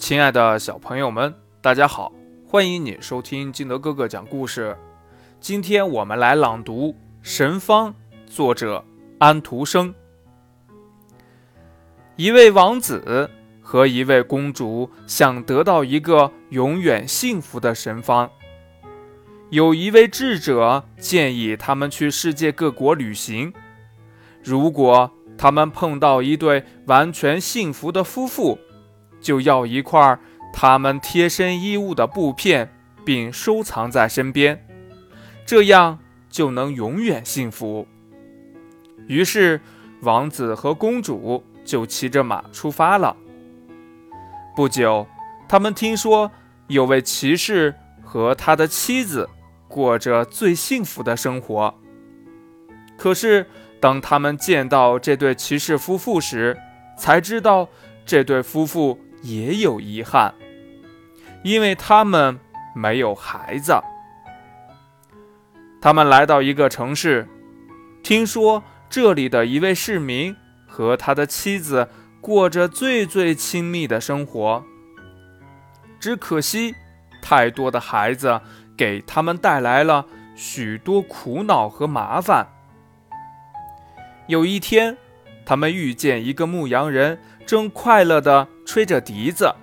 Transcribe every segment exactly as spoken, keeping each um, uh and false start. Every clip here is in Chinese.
亲爱的小朋友们，大家好，欢迎你收听金德哥哥讲故事。今天我们来朗读《神方》，作者安徒生。一位王子和一位公主想得到一个永远幸福的神方。有一位智者建议他们去世界各国旅行，如果他们碰到一对完全幸福的夫妇，就要一块他们贴身衣物的布片，并收藏在身边，这样就能永远幸福。于是王子和公主就骑着马出发了。不久，他们听说有位骑士和他的妻子过着最幸福的生活。可是当他们见到这对骑士夫妇时，才知道这对夫妇也有遗憾，因为他们没有孩子。他们来到一个城市，听说这里的一位市民和他的妻子过着最最亲密的生活，只可惜太多的孩子给他们带来了许多苦恼和麻烦。有一天，他们遇见一个牧羊人正快乐地吹着笛子。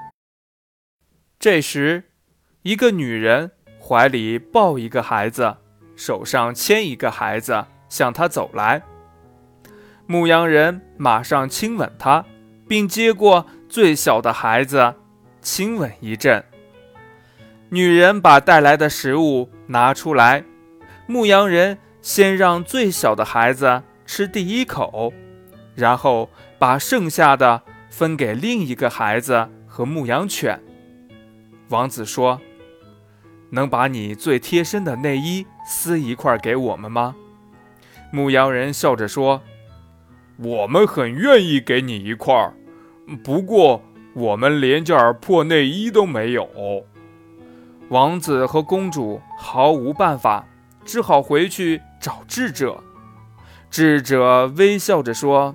这时，一个女人怀里抱一个孩子，手上牵一个孩子，向他走来。牧羊人马上亲吻她，并接过最小的孩子，亲吻一阵。女人把带来的食物拿出来，牧羊人先让最小的孩子吃第一口，然后把剩下的分给另一个孩子和牧羊犬。王子说：“能把你最贴身的内衣撕一块给我们吗？”牧羊人笑着说：“我们很愿意给你一块，不过我们连件破内衣都没有。”王子和公主毫无办法，只好回去找智者。智者微笑着说：“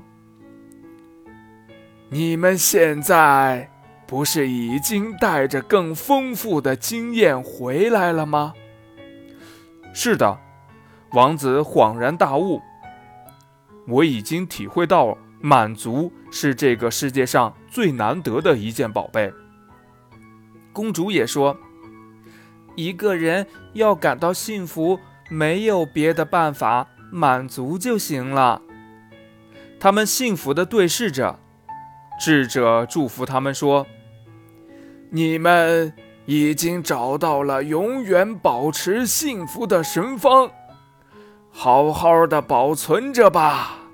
你们现在不是已经带着更丰富的经验回来了吗？”是的，王子恍然大悟，我已经体会到满足是这个世界上最难得的一件宝贝。公主也说，一个人要感到幸福，没有别的办法，满足就行了。他们幸福地对视着，智者祝福他们说：“你们已经找到了永远保持幸福的神方，好好的保存着吧。”